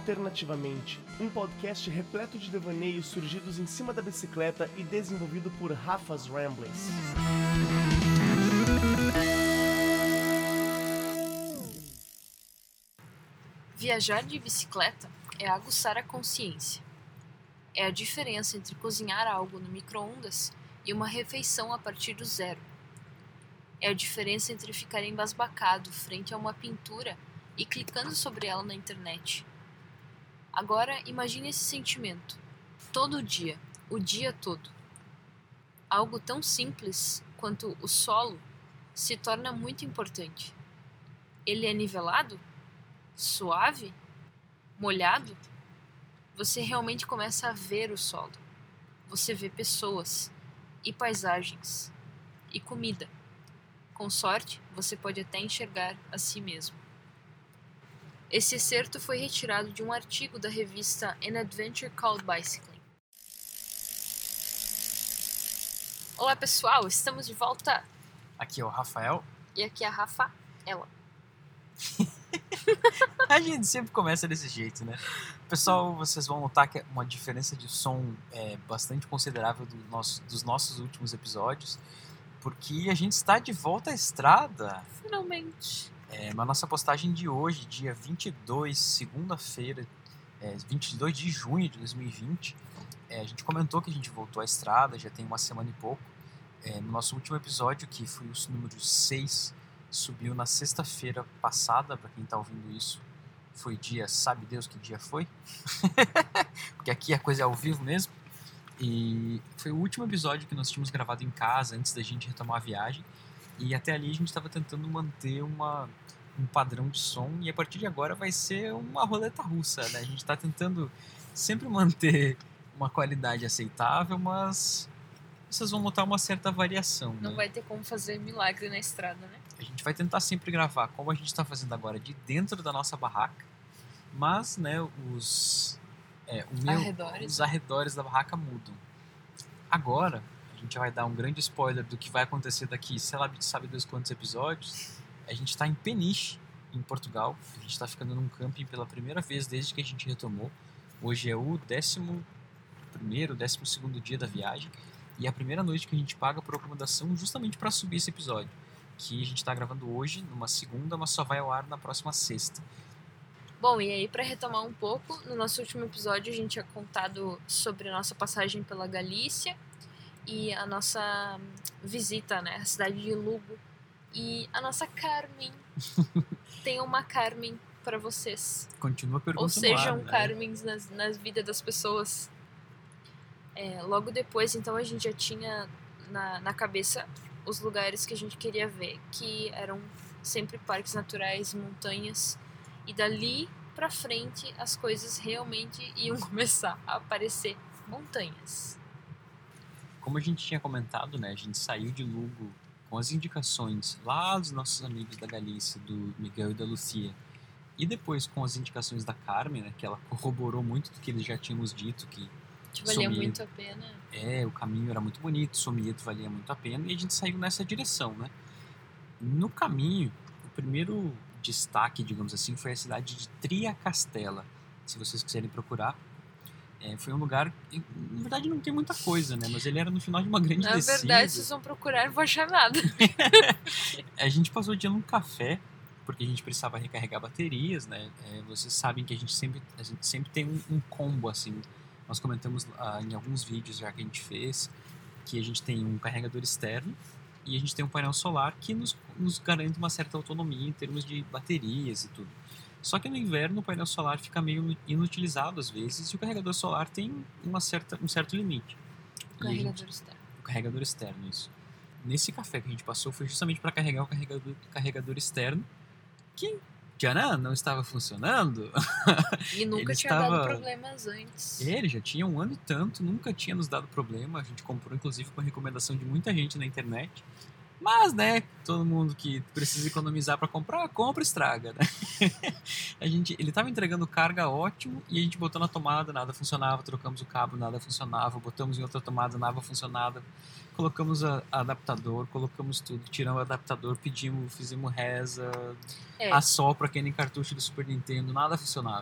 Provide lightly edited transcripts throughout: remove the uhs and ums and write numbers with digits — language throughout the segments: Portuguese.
Alternativamente, um podcast repleto de devaneios surgidos em cima da bicicleta e desenvolvido por Rafa's Ramblings. Viajar de bicicleta é aguçar a consciência. É a diferença entre cozinhar algo no micro-ondas e uma refeição a partir do zero. É a diferença entre ficar embasbacado frente a uma pintura e clicando sobre ela na internet. Agora imagine esse sentimento, todo dia, o dia todo. Algo tão simples quanto o solo se torna muito importante. Ele é nivelado? Suave? Molhado? Você realmente começa a ver o solo. Você vê pessoas, e paisagens, e comida. Com sorte, você pode até enxergar a si mesmo. Esse excerto foi retirado de um artigo da revista An Adventure Called Bicycling. Olá pessoal, estamos de volta! Aqui é o Rafael. E aqui é a Rafa, ela. A gente sempre começa desse jeito, né? Pessoal, vocês vão notar que uma diferença de som é bastante considerável dos nossos últimos episódios, porque a gente está de volta à estrada. Finalmente! Na nossa postagem de hoje, dia 22, segunda-feira, 22 de junho de 2020, a gente comentou que a gente voltou à estrada, já tem uma semana e pouco. No nosso último episódio, que foi o número 6, subiu na sexta-feira passada, para quem está ouvindo isso, foi dia, sabe Deus que dia foi? Porque aqui a coisa é ao vivo mesmo. E foi o último episódio que nós tínhamos gravado em casa, antes da gente retomar a viagem. E até ali a gente estava tentando manter um padrão de som, e a partir de agora vai ser uma roleta russa, né? A gente está tentando sempre manter uma qualidade aceitável, mas vocês vão notar uma certa variação. Não né? vai ter como fazer milagre na estrada, né? A gente vai tentar sempre gravar como a gente está fazendo agora, de dentro da nossa barraca, mas né, os arredores da barraca mudam. Agora, a gente vai dar um grande spoiler do que vai acontecer daqui, sei lá, sabe Deus quantos episódios. A gente está em Peniche, em Portugal. A gente está ficando num camping pela primeira vez desde que a gente retomou. Hoje é o 11º, 12º dia da viagem. E é a primeira noite que a gente paga por acomodação justamente para subir esse episódio, que a gente está gravando hoje, numa segunda, mas só vai ao ar na próxima sexta. Bom, e aí para retomar um pouco, no nosso último episódio a gente tinha contado sobre a nossa passagem pela Galícia e a nossa visita, né, à cidade de Lugo. E a nossa Carmen, tem uma Carmen para vocês. Continua perguntando. Ou sejam Carmens nas vidas das pessoas. Logo depois, então, a gente já tinha na cabeça os lugares que a gente queria ver, que eram sempre parques naturais, montanhas, e dali pra frente as coisas realmente iam começar a aparecer montanhas. Como a gente tinha comentado, né, a gente saiu de Lugo com as indicações lá dos nossos amigos da Galícia, do Miguel e da Lucia, e depois com as indicações da Carmen, né, que ela corroborou muito do que eles já tínhamos dito, que valia muito a pena. O caminho era muito bonito, Somieto valia muito a pena, e a gente saiu nessa direção, né? No caminho, o primeiro destaque, digamos assim, foi a cidade de Triacastela. Se vocês quiserem procurar, foi um lugar, na verdade não tem muita coisa, né? Mas ele era no final de uma grande descida. Na verdade, vocês vão procurar e não vou achar nada. A gente passou o dia num café, porque a gente precisava recarregar baterias, né? Vocês sabem que a gente sempre tem um combo, assim. Nós comentamos em alguns vídeos já que a gente fez, que a gente tem um carregador externo e a gente tem um painel solar que nos garante uma certa autonomia em termos de baterias e tudo. Só que no inverno o painel solar fica meio inutilizado às vezes, e o carregador solar tem um certo limite. O carregador externo, isso. Nesse café que a gente passou foi justamente para carregar o carregador externo, que não estava funcionando. E nunca tinha dado problemas antes. Ele já tinha 1 ano e tanto, nunca tinha nos dado problema. A gente comprou, inclusive, com a recomendação de muita gente na internet. Mas, né, todo mundo que precisa economizar para compra e estraga, né? Ele estava entregando carga ótimo, e a gente botou na tomada, nada funcionava, trocamos o cabo, nada funcionava, botamos em outra tomada, nada funcionava, colocamos adaptador, colocamos tudo, tiramos o adaptador, fizemos reza, assopra aquele cartucho do Super Nintendo, nada funcionava.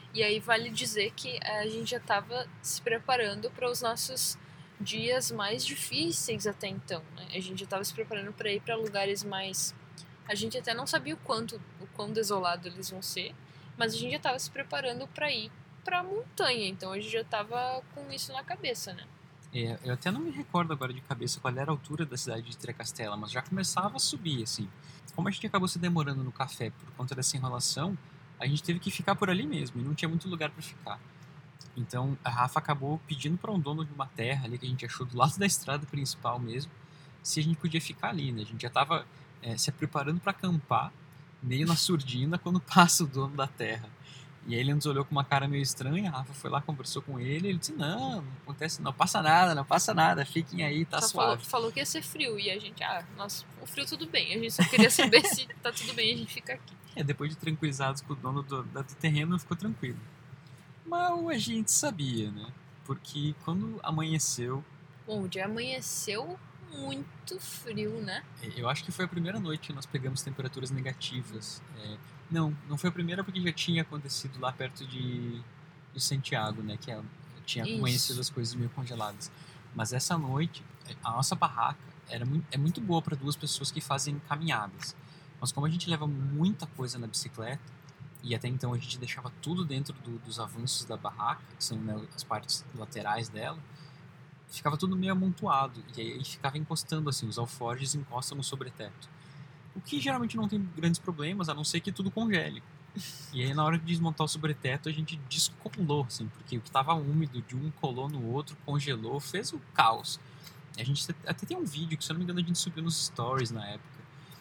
E aí vale dizer que a gente já estava se preparando para os nossos dias mais difíceis até então, né? A gente já estava se preparando para ir para lugares mais... A gente até não sabia o quão desolado eles vão ser, mas a gente já estava se preparando para ir para a montanha, então a gente já estava com isso na cabeça, né? Eu até não me recordo agora de cabeça qual era a altura da cidade de Trecastela, mas já começava a subir, assim. Como a gente acabou se demorando no café por conta dessa enrolação, a gente teve que ficar por ali mesmo, e não tinha muito lugar para ficar. Então a Rafa acabou pedindo para um dono de uma terra ali que a gente achou do lado da estrada principal mesmo, se a gente podia ficar ali, né? A gente já estava se preparando para acampar, meio na surdina, quando passa o dono da terra. E aí ele nos olhou com uma cara meio estranha, a Rafa foi lá, conversou com ele disse, não acontece, não passa nada, fiquem aí, tá Só suave. falou que ia ser frio, e a gente, nossa, o frio tudo bem, a gente só queria saber se tá tudo bem, a gente fica aqui. Depois de tranquilizados com o dono do terreno, ficou tranquilo. Mas a gente sabia, né? Porque quando amanheceu... Bom, o dia amanheceu muito frio, né? Eu acho que foi a primeira noite que nós pegamos temperaturas negativas. Não foi a primeira porque já tinha acontecido lá perto de Santiago, né? Que tinha amanhecido as coisas meio congeladas. Mas essa noite, a nossa barraca é muito boa para 2 pessoas que fazem caminhadas. Mas como a gente leva muita coisa na bicicleta, e até então a gente deixava tudo dentro dos avanços da barraca, que são, né, as partes laterais dela, ficava tudo meio amontoado, e aí ficava encostando assim, os alforjes encostam no sobreteto. O que geralmente não tem grandes problemas, a não ser que tudo congele. E aí na hora de desmontar o sobreteto a gente descolou, assim, porque o que estava úmido de um colou no outro, congelou, fez o caos. A gente até tem um vídeo que, se eu não me engano, a gente subiu nos stories na época.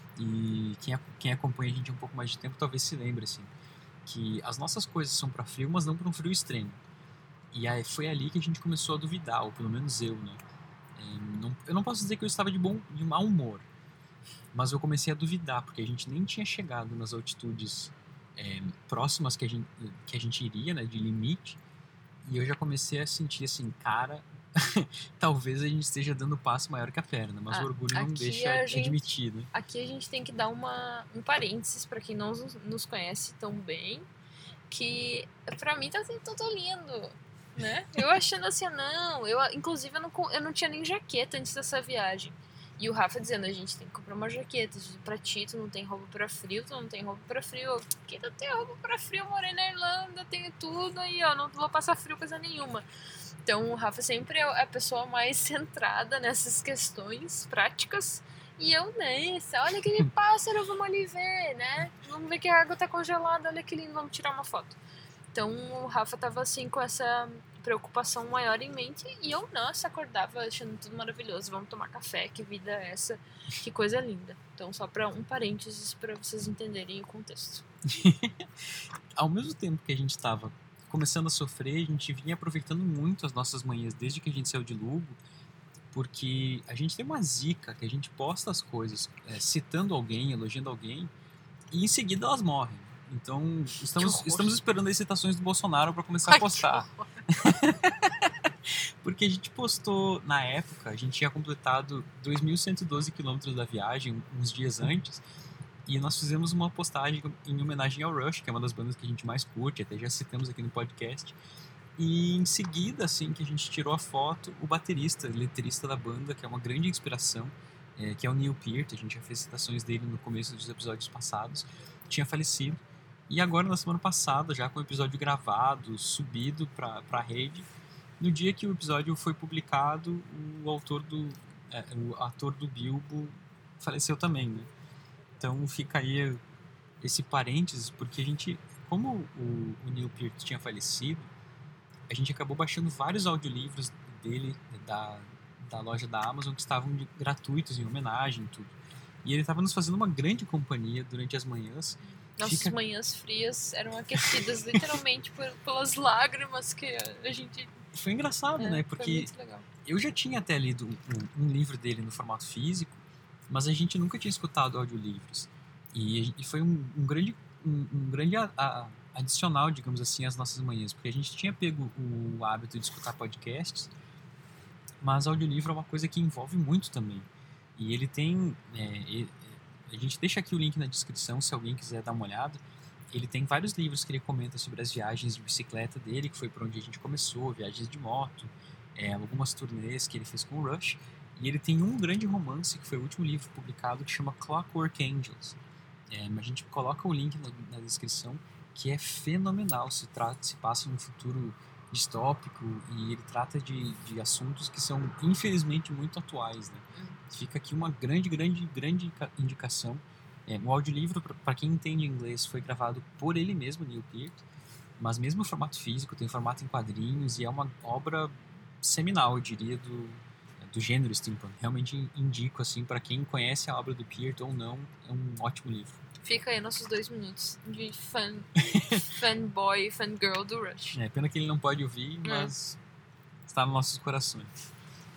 E quem acompanha a gente há um pouco mais de tempo talvez se lembre, assim, que as nossas coisas são para frio, mas não para um frio extremo. E aí foi ali que a gente começou a duvidar, ou pelo menos eu, né? Eu não posso dizer que eu estava de mau humor, mas eu comecei a duvidar, porque a gente nem tinha chegado nas altitudes próximas que a gente iria, né, de limite, e eu já comecei a sentir assim, cara, talvez a gente esteja dando um passo maior que a perna, mas o orgulho não deixa admitir, né? Aqui a gente tem que dar um parênteses para quem não nos conhece tão bem, que pra mim tá tudo lindo, né? Eu achando assim, inclusive eu não tinha nem jaqueta antes dessa viagem. E o Rafa dizendo, a gente tem que comprar uma jaqueta, pra ti, tu não tem roupa pra frio, tu não tem roupa pra frio. Quem não tem roupa pra frio? Eu morei na Irlanda, tenho tudo aí, ó, não vou passar frio coisa nenhuma. Então o Rafa sempre é a pessoa mais centrada nessas questões práticas. E eu nessa, olha aquele pássaro, vamos ali ver, né? Vamos ver que a água tá congelada, olha que lindo, vamos tirar uma foto. Então o Rafa tava assim com essa preocupação maior em mente e eu, nossa, acordava achando tudo maravilhoso, vamos tomar café, que vida é essa, que coisa linda. Então só para um parênteses para vocês entenderem o contexto. Ao mesmo tempo que a gente estava começando a sofrer, a gente vinha aproveitando muito as nossas manhãs desde que a gente saiu de Lugo, porque a gente tem uma zica que a gente posta as coisas citando alguém, elogiando alguém, e em seguida elas morrem. Então, estamos esperando as citações do Bolsonaro para começar a postar. Porque a gente postou, na época, a gente tinha completado 2.112 quilômetros da viagem, uns dias antes, e nós fizemos uma postagem em homenagem ao Rush, que é uma das bandas que a gente mais curte, até já citamos aqui no podcast. E em seguida, assim, que a gente tirou a foto, o baterista, letrista da banda, que é uma grande inspiração, que é o Neil Peart, a gente já fez citações dele no começo dos episódios passados, tinha falecido. E agora, na semana passada, já com o episódio gravado, subido para a rede, no dia que o episódio foi publicado, o ator do Bilbo faleceu também, né? Então fica aí esse parênteses, porque a gente, como o Neil Peart tinha falecido, a gente acabou baixando vários audiolivros dele, da loja da Amazon, que estavam gratuitos em homenagem e tudo. E ele estava nos fazendo uma grande companhia durante as manhãs. Nossas manhãs frias eram aquecidas literalmente pelas lágrimas que a gente... Foi engraçado, né? Porque eu já tinha até lido um livro dele no formato físico, mas a gente nunca tinha escutado audiolivros. E foi um grande adicional, digamos assim, às nossas manhãs, porque a gente tinha pego o hábito de escutar podcasts, mas audiolivro é uma coisa que envolve muito também. E ele tem... a gente deixa aqui o link na descrição, se alguém quiser dar uma olhada. ele tem vários livros que ele comenta sobre as viagens de bicicleta dele, que foi por onde a gente começou, viagens de moto, algumas turnês que ele fez com o Rush. E ele tem um grande romance, que foi o último livro publicado, que chama Clockwork Angels. A gente coloca o link na descrição, que é fenomenal. Se passa num futuro distópico e ele trata de assuntos que são, infelizmente, muito atuais, né? Fica aqui uma grande indicação. O audiolivro, para quem entende inglês, foi gravado por ele mesmo, Neil Peart, mas mesmo o formato físico, tem formato em quadrinhos e é uma obra seminal, eu diria, do gênero steampunk. Realmente indico, assim, para quem conhece a obra do Peart ou não, é um ótimo livro. Fica aí nossos 2 minutos de fanboy, fangirl do Rush. Pena que ele não pode ouvir, mas está nos nossos corações.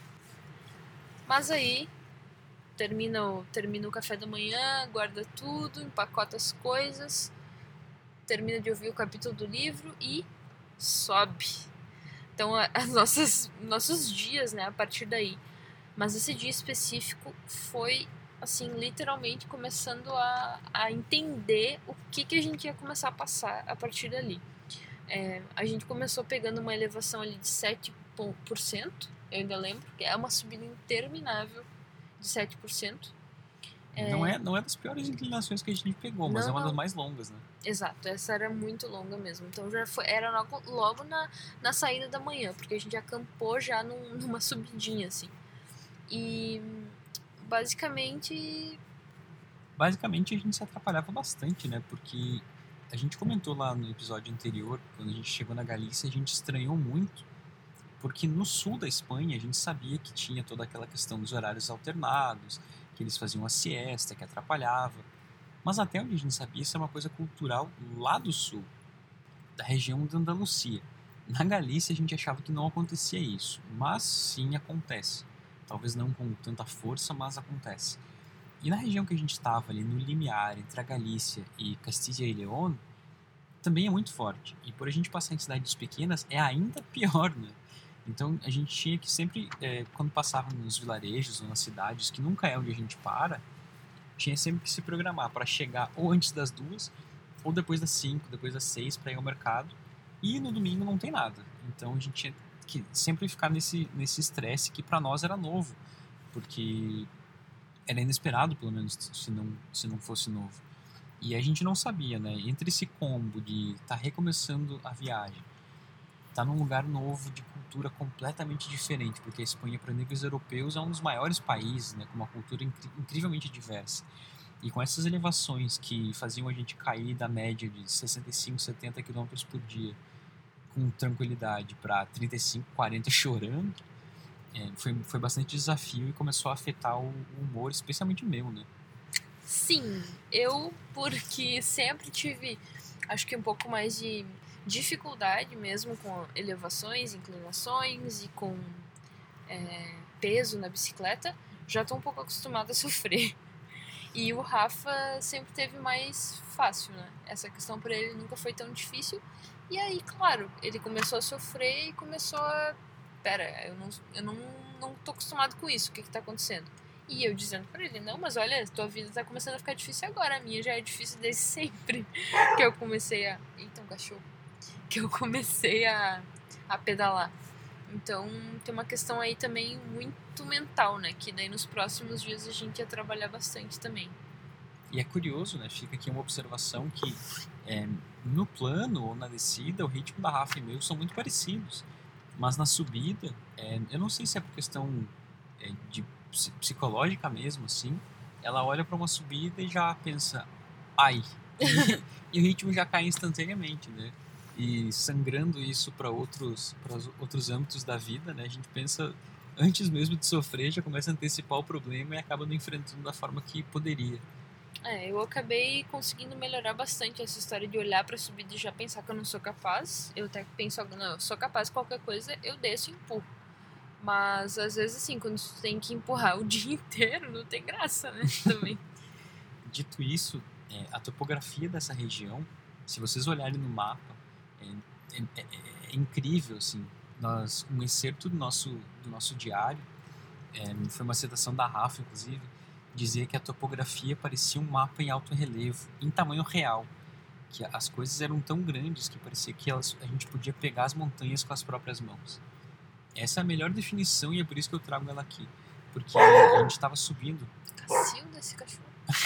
Mas aí, termina o café da manhã, guarda tudo, empacota as coisas, termina de ouvir o capítulo do livro e sobe. Então, nossos dias, né, a partir daí. Mas esse dia específico foi, assim, literalmente começando a entender o que a gente ia começar a passar a partir dali. A gente começou pegando uma elevação ali de 7%, eu ainda lembro, que é uma subida interminável de 7%. Não é das piores inclinações que a gente pegou, mas é uma das mais longas, né? Exato, essa era muito longa mesmo. Então era logo na saída da manhã, porque a gente acampou já numa subidinha, assim. E basicamente a gente se atrapalhava bastante, né? Porque a gente comentou lá no episódio anterior, quando a gente chegou na Galícia, a gente estranhou muito, porque no sul da Espanha a gente sabia que tinha toda aquela questão dos horários alternados, que eles faziam a siesta, que atrapalhava. Mas até onde a gente sabia, isso é uma coisa cultural lá do sul, da região da Andalucia. Na Galícia a gente achava que não acontecia isso, mas sim acontece. Talvez não com tanta força, mas acontece. E na região que a gente estava ali, no limiar entre a Galícia e Castilla e León, também é muito forte. E por a gente passar em cidades pequenas, é ainda pior, né? Então a gente tinha que sempre, quando passava nos vilarejos ou nas cidades, que nunca é onde a gente para, tinha sempre que se programar para chegar ou antes das 2, ou depois das 5, depois das 6 para ir ao mercado. E no domingo não tem nada. Então a gente tinha que sempre ficar nesse estresse que para nós era novo, porque era inesperado, pelo menos, se não fosse novo. E a gente não sabia, né? Entre esse combo de estar recomeçando a viagem, estar num lugar novo, de cultura completamente diferente, porque a Espanha, para níveis europeus, é um dos maiores países, né? Com uma cultura incrivelmente diversa. E com essas elevações que faziam a gente cair da média de 65, 70 km por dia com tranquilidade para 35, 40 chorando, foi bastante desafio e começou a afetar o humor, especialmente o meu, né? Sim, porque sempre tive, acho que um pouco mais de dificuldade mesmo com elevações, inclinações e com peso na bicicleta, já estou um pouco acostumada a sofrer. E o Rafa sempre teve mais fácil, né? Essa questão para ele nunca foi tão difícil. E aí, claro, ele começou a sofrer e começou a... Pera, eu não tô acostumado com isso, o que tá acontecendo? E eu dizendo pra ele, não, mas olha, tua vida tá começando a ficar difícil agora, a minha já é difícil desde sempre. Que eu comecei a... Eita, um cachorro. Que eu comecei a pedalar. Então, tem uma questão aí também muito mental, né? Que daí nos próximos dias a gente ia trabalhar bastante também. E é curioso, né? Fica aqui uma observação que no plano ou na descida, o ritmo da Rafa e meu são muito parecidos. Mas na subida, eu não sei se é por questão de psicológica mesmo, assim, ela olha para uma subida e já pensa, ai, e o ritmo já cai instantaneamente, né? E sangrando isso para outros âmbitos da vida, né? A gente pensa, antes mesmo de sofrer, já começa a antecipar o problema e acaba não enfrentando da forma que poderia. Eu acabei conseguindo melhorar bastante essa história de olhar pra subida e já pensar que eu não sou capaz. Eu até penso, não, eu sou capaz de qualquer coisa, eu desço e empurro. Mas às vezes assim, quando tu tem que empurrar o dia inteiro, não tem graça, né? Também. Dito isso, a topografia dessa região, se vocês olharem no mapa, é incrível, assim. Um excerto do nosso diário, foi uma citação da Rafa, inclusive, dizia que a topografia parecia um mapa em alto relevo, em tamanho real. que as coisas eram tão grandes que parecia que a gente podia pegar as montanhas com as próprias mãos. Essa é a melhor definição e é por isso que eu trago ela aqui. Porque a gente estava subindo. Cacilda esse cachorro.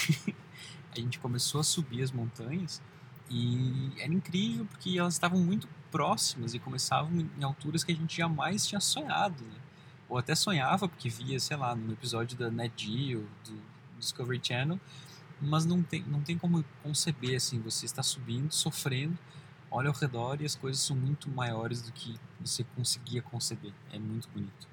A gente começou a subir as montanhas e era incrível porque elas estavam muito próximas e começavam em alturas que a gente jamais tinha sonhado, né? Ou até sonhava porque via, sei lá, num episódio da Nat Geo, do Discovery Channel, mas não tem como conceber, assim, você está subindo, sofrendo, olha ao redor e as coisas são muito maiores do que você conseguia conceber. É muito bonito.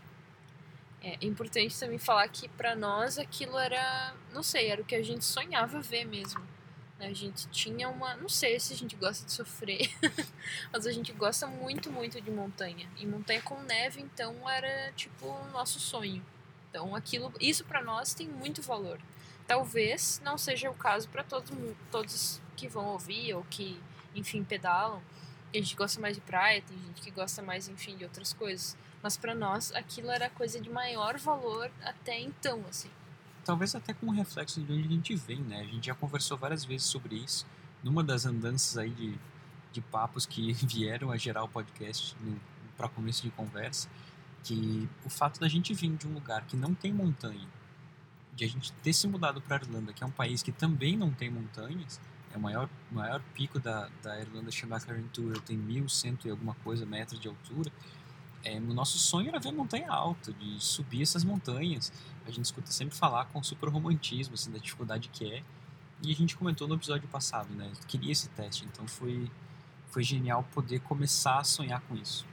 É importante também falar que pra nós aquilo era, não sei, era o que a gente sonhava ver mesmo. A gente tinha uma, não sei se a gente gosta de sofrer, mas a gente gosta muito, muito de montanha. E montanha com neve, então, era tipo o nosso sonho. Então, isso pra nós tem muito valor. Talvez não seja o caso pra todos que vão ouvir ou que, enfim, pedalam. Tem gente que gosta mais de praia, tem gente que gosta mais, enfim, de outras coisas. Mas pra nós aquilo era coisa de maior valor até então, assim. Talvez até com um reflexo de onde a gente vem, né? A gente já conversou várias vezes sobre isso. Numa das andanças aí de papos que vieram a gerar o podcast para começo de conversa, que o fato da gente vir de um lugar que não tem montanha, de a gente ter se mudado para a Irlanda, que é um país que também não tem montanhas, é o maior pico da Irlanda, chama Carintouer, tem 1.100 e alguma coisa metros de altura. O nosso sonho era ver montanha alta, de subir essas montanhas. A gente escuta sempre falar com super romantismo, assim, da dificuldade que é. E a gente comentou no episódio passado, né? Eu queria esse teste, então foi genial poder começar a sonhar com isso.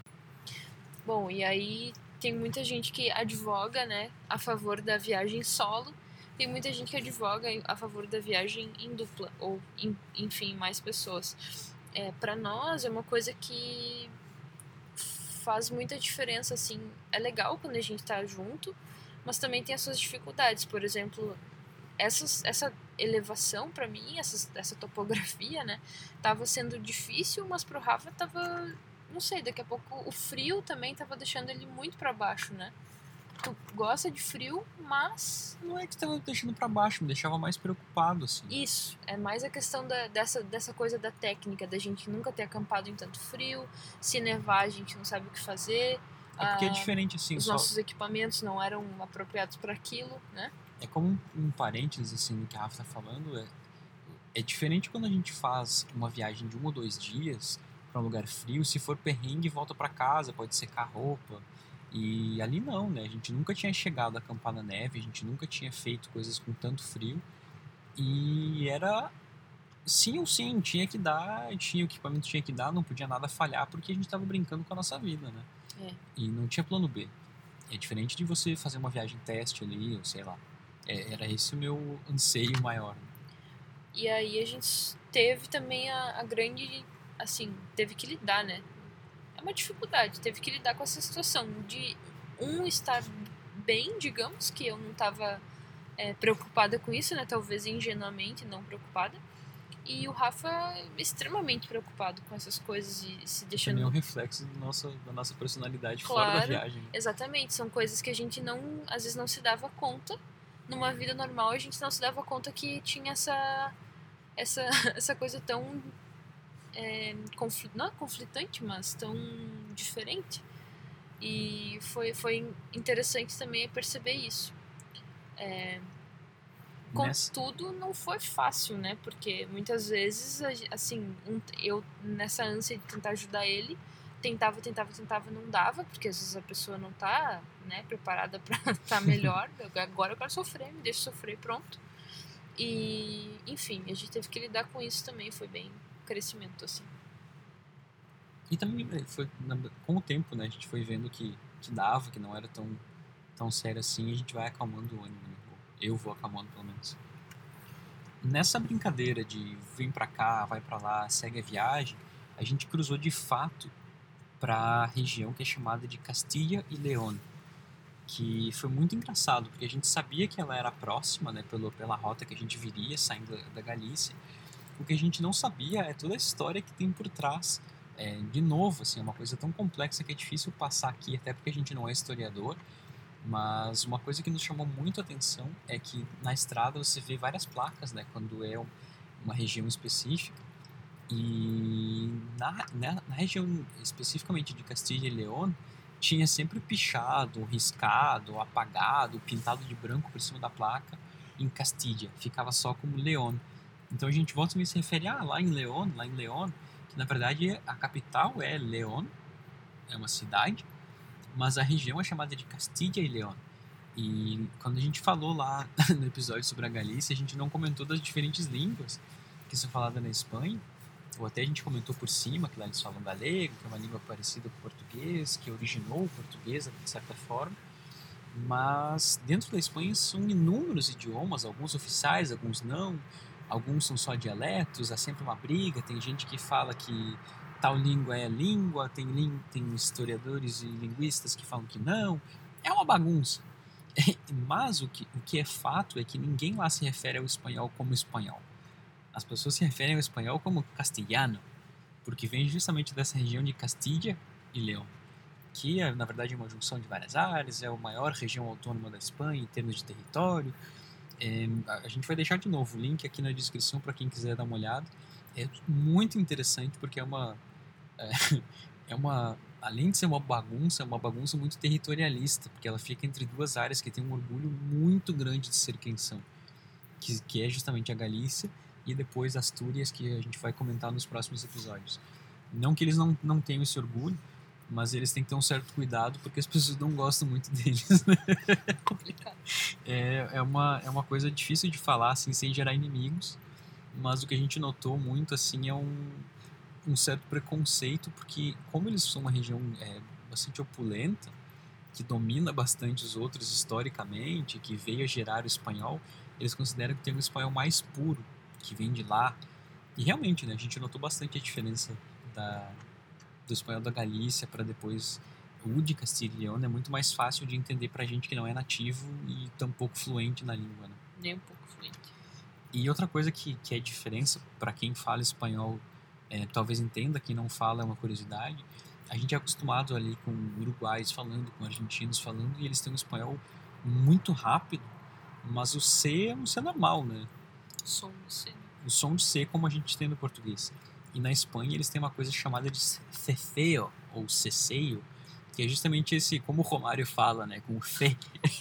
Bom, e aí tem muita gente que advoga, né, a favor da viagem solo. Tem muita gente que advoga a favor da viagem em dupla, ou, enfim, mais pessoas. Para nós é uma coisa que faz muita diferença, assim. É legal quando a gente tá junto, mas também tem as suas dificuldades. Por exemplo, essa elevação para mim, essa topografia, né, tava sendo difícil, mas pro Rafa tava, não sei, daqui a pouco o frio também tava deixando ele muito para baixo, né? Tu gosta de frio, mas não é que estava deixando para baixo, me deixava mais preocupado, assim. Isso, é mais a questão dessa coisa da técnica, da gente nunca ter acampado em tanto frio, se nevar a gente não sabe o que fazer. É porque é diferente, assim. Os nossos equipamentos não eram apropriados para aquilo, né? É como um parênteses, assim, no que a Rafa tá falando, é diferente quando a gente faz uma viagem de 1 ou 2 dias para um lugar frio, se for perrengue, volta para casa, pode secar a roupa. E ali não, né? A gente nunca tinha chegado a acampar na neve, a gente nunca tinha feito coisas com tanto frio. E era sim ou sim, tinha que dar, tinha o equipamento, tinha que dar, não podia nada falhar, porque a gente estava brincando com a nossa vida, né? E não tinha plano B. É diferente de você fazer uma viagem teste ali, ou sei lá. Era esse o meu anseio maior. E aí a gente teve também a grande, assim, teve que lidar, né? É uma dificuldade, teve que lidar com essa situação de estar bem, digamos, que eu não estava preocupada com isso, né? Talvez ingenuamente não preocupada. E o Rafa extremamente preocupado com essas coisas e se deixando... Também é um reflexo da nossa personalidade, claro, fora da viagem. Exatamente, são coisas que a gente não, às vezes não se dava conta. Numa vida normal a gente não se dava conta que tinha essa coisa tão não é conflitante, mas tão diferente. E foi interessante também perceber isso. Contudo, não foi fácil, né? Porque muitas vezes, assim, eu nessa ânsia de tentar ajudar ele, tentava, não dava, porque às vezes a pessoa não tá, né, preparada pra estar melhor. Agora eu quero sofrer, me deixa sofrer, pronto. E, enfim, a gente teve que lidar com isso também, foi bem crescimento, assim. E também foi com o tempo, né? A gente foi vendo que dava, que não era tão sério assim, e a gente vai acalmando o ânimo, né? Eu vou acalmando, pelo menos. Nessa brincadeira de vem pra cá, vai pra lá, segue a viagem, a gente cruzou de fato para a região que é chamada de Castilla e León, que foi muito engraçado, porque a gente sabia que ela era próxima, né, pela rota que a gente viria saindo da Galícia. O que a gente não sabia é toda a história que tem por trás. De novo, assim, é uma coisa tão complexa que é difícil passar aqui, até porque a gente não é historiador. Mas uma coisa que nos chamou muito a atenção é que na estrada você vê várias placas, né? Quando é uma região específica. E na região especificamente de Castilha e León, tinha sempre pichado, riscado, apagado, pintado de branco por cima da placa em Castilla, ficava só como León. Então a gente volta e se refere lá em León, que na verdade a capital é León, é uma cidade, mas a região é chamada de Castilla e León. E quando a gente falou lá no episódio sobre a Galícia, a gente não comentou das diferentes línguas que são faladas na Espanha, ou até a gente comentou por cima que lá eles falam galego, que é uma língua parecida com o português, que originou o português de certa forma, mas dentro da Espanha são inúmeros idiomas, alguns oficiais, alguns não, alguns são só dialetos, há sempre uma briga, tem gente que fala que tal língua é língua, tem historiadores e linguistas que falam que não, é uma bagunça. Mas o que é fato é que ninguém lá se refere ao espanhol como espanhol. As pessoas se referem ao espanhol como castelhano, porque vem justamente dessa região de Castilla e León, que é, na verdade, uma junção de várias áreas, é a maior região autônoma da Espanha em termos de território. A gente vai deixar de novo o link aqui na descrição para quem quiser dar uma olhada. É muito interessante porque é uma além de ser uma bagunça, é uma bagunça muito territorialista, porque ela fica entre duas áreas que tem um orgulho muito grande de ser quem são, que é justamente a Galícia e depois Astúrias, que a gente vai comentar nos próximos episódios. Não que eles não tenham esse orgulho, mas eles têm que ter um certo cuidado porque as pessoas não gostam muito deles. Complicado. É uma coisa difícil de falar assim, sem gerar inimigos, mas o que a gente notou muito assim é um certo preconceito, porque como eles são uma região bastante opulenta, que domina bastante os outros historicamente, que veio a gerar o espanhol, eles consideram que tem um espanhol mais puro, que vem de lá. E realmente, né, a gente notou bastante a diferença do espanhol da Galícia para depois o de Castilla e León. É muito mais fácil de entender pra gente que não é nativo e tampouco fluente na língua, né? Nem um pouco fluente. E outra coisa que é diferença para quem fala espanhol, talvez entenda, quem não fala é uma curiosidade. A gente é acostumado ali com uruguaios falando, com argentinos falando, e eles têm um espanhol muito rápido, mas o C é um C normal, né? O som de C como a gente tem no português. E na Espanha eles têm uma coisa chamada de ceceo, ou ceceio, que é justamente esse, como o Romário fala, né, com o Fê.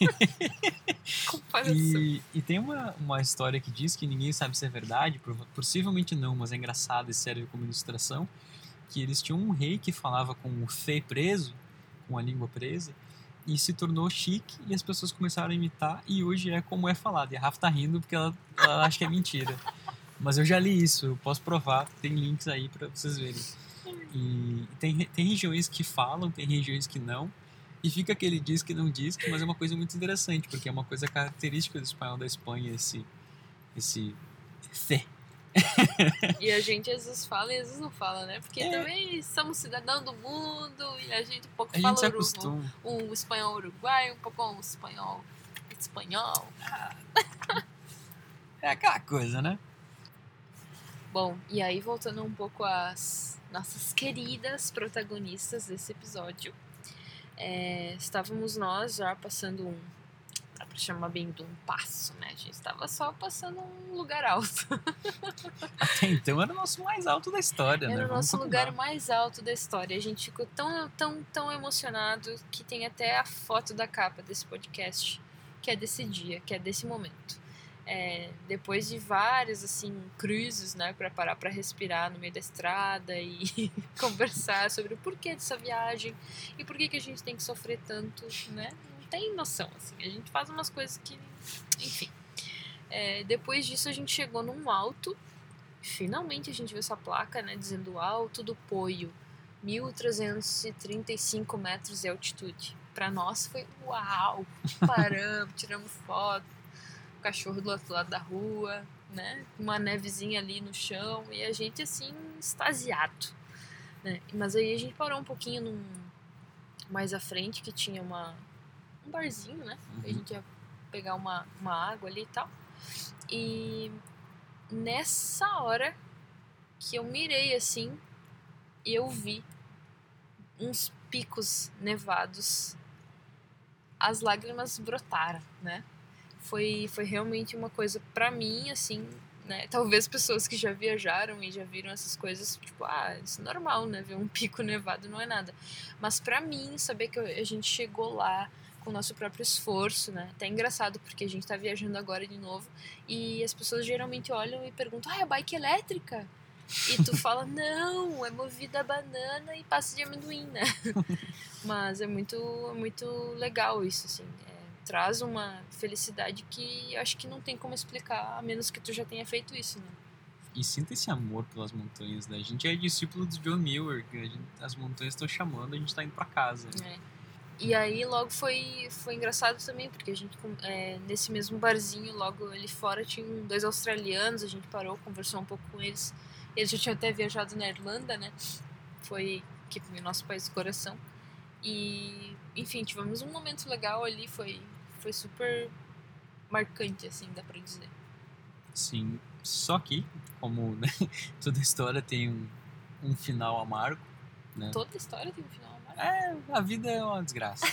E tem uma história que diz, que ninguém sabe se é verdade, possivelmente não, mas é engraçado e serve como ilustração, que eles tinham um rei que falava com o Fê preso, com a língua presa, e se tornou chique, e as pessoas começaram a imitar, e hoje é como é falado. E a Rafa tá rindo porque ela acha que é mentira. Mas eu já li isso, eu posso provar, tem links aí pra vocês verem. E tem regiões que falam, tem regiões que não, e fica aquele diz que não diz, mas é uma coisa muito interessante, porque é uma coisa característica do espanhol da Espanha, esse C. E a gente às vezes fala e às vezes não fala, né? Porque também somos cidadãos do mundo e a gente um pouco fala um espanhol uruguaio, um pouco um espanhol. É aquela coisa, né? Bom, e aí voltando um pouco às nossas queridas protagonistas desse episódio, estávamos nós já passando dá pra chamar bem de um passo, né? A gente estava só passando um lugar alto. Até então era o nosso mais alto da história, né? Era o nosso lugar mais alto da história. A gente ficou tão emocionado que tem até a foto da capa desse podcast, que é desse dia, que é desse momento. Depois de vários assim cruzes, né, para parar para respirar no meio da estrada e conversar sobre o porquê dessa viagem e por que a gente tem que sofrer tanto, né? Não tem noção, assim. A gente faz umas coisas que, enfim. Depois disso a gente chegou num alto. Finalmente a gente viu essa placa, né, dizendo Alto do Poio, 1.335 metros de altitude. Para nós foi uau! Paramos, tiramos foto. Cachorro do outro lado da rua, né? Uma nevezinha ali no chão e a gente assim extasiado, né? Mas aí a gente parou um pouquinho mais à frente que tinha um barzinho, né? A gente ia pegar uma água ali e tal. E nessa hora que eu mirei assim, eu vi uns picos nevados, as lágrimas brotaram, né? Foi realmente uma coisa, pra mim, assim, né? Talvez pessoas que já viajaram e já viram essas coisas, tipo, isso é normal, né? Ver um pico nevado não é nada. Mas pra mim, saber que a gente chegou lá com o nosso próprio esforço, né? Até engraçado, porque a gente tá viajando agora de novo e as pessoas geralmente olham e perguntam, é bike elétrica? E tu fala, não, é movida a banana e pasta de amendoim, né? Mas é muito legal isso, assim. Traz uma felicidade que eu acho que não tem como explicar, a menos que tu já tenha feito isso, né? E sinta esse amor pelas montanhas, né? A gente é discípulo do John Muir, as montanhas estão chamando, a gente tá indo pra casa. Né? E aí logo foi engraçado também, porque a gente, nesse mesmo barzinho, logo ali fora, tinha 2 australianos, a gente parou, conversou um pouco com eles. Eles já tinham até viajado na Irlanda, né? Foi o nosso país do coração. E, enfim, tivemos um momento legal ali, foi super marcante, assim, dá pra dizer. Sim, só que, como né, toda história tem um final amargo, né? Toda história tem um final amargo? A vida é uma desgraça.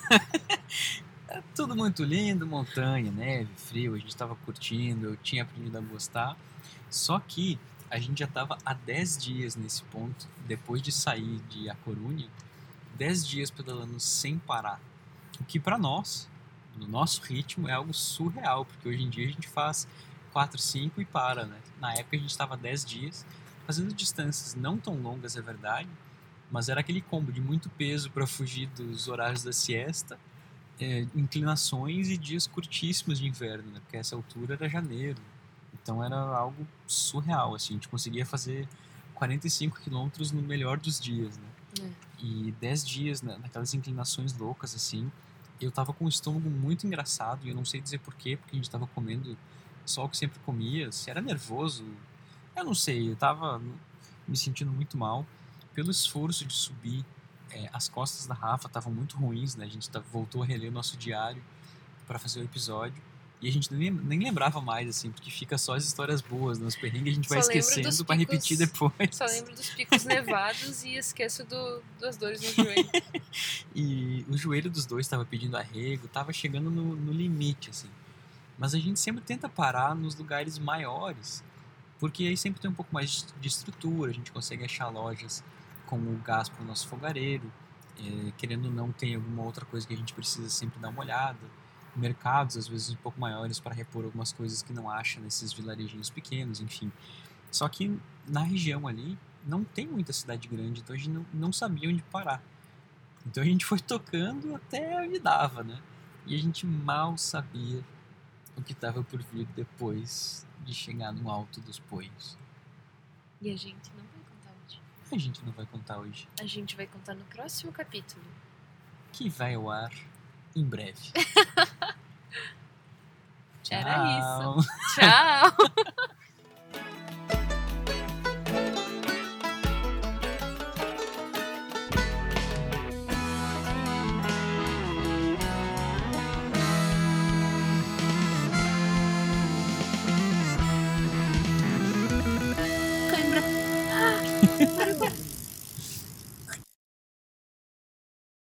É tudo muito lindo, montanha, neve, frio, a gente tava curtindo, eu tinha aprendido a gostar. Só que a gente já tava há 10 dias nesse ponto, depois de sair de A Corunha, 10 dias pedalando sem parar. O que pra nós, no nosso ritmo, é algo surreal, porque hoje em dia a gente faz 4, 5 e para, né? Na época a gente estava 10 dias, fazendo distâncias não tão longas, é verdade, mas era aquele combo de muito peso para fugir dos horários da siesta, inclinações e dias curtíssimos de inverno, né? Porque essa altura era janeiro. Então era algo surreal, assim, a gente conseguia fazer 45 quilômetros no melhor dos dias, né? E 10 dias naquelas inclinações loucas, assim, eu tava com o estômago muito engraçado e eu não sei dizer porquê, porque a gente tava comendo só o que sempre comia, se era nervoso, eu não sei, eu tava me sentindo muito mal. Pelo esforço de subir, as costas da Rafa estavam muito ruins, né? A gente voltou a reler o nosso diário para fazer o episódio. E a gente nem lembrava mais, assim, porque fica só as histórias boas, nos perrengues a gente vai esquecendo pra repetir depois. Só lembro dos picos nevados e esqueço das dores no joelho. E o joelho dos dois tava pedindo arrego, tava chegando no limite, assim. Mas a gente sempre tenta parar nos lugares maiores, porque aí sempre tem um pouco mais de estrutura, a gente consegue achar lojas com o gás pro nosso fogareiro, querendo ou não, tem alguma outra coisa que a gente precisa sempre dar uma olhada. Mercados, às vezes, um pouco maiores para repor algumas coisas que não acha nesses vilarejinhos pequenos, enfim. Só que na região ali não tem muita cidade grande, então a gente não sabia onde parar. Então a gente foi tocando até onde dava, né? E a gente mal sabia o que estava por vir depois de chegar no alto dos Poios. E a gente não vai contar hoje. A gente não vai contar hoje. A gente vai contar no próximo capítulo. Que vai ao ar em breve. Era isso. Tchau. Tchau.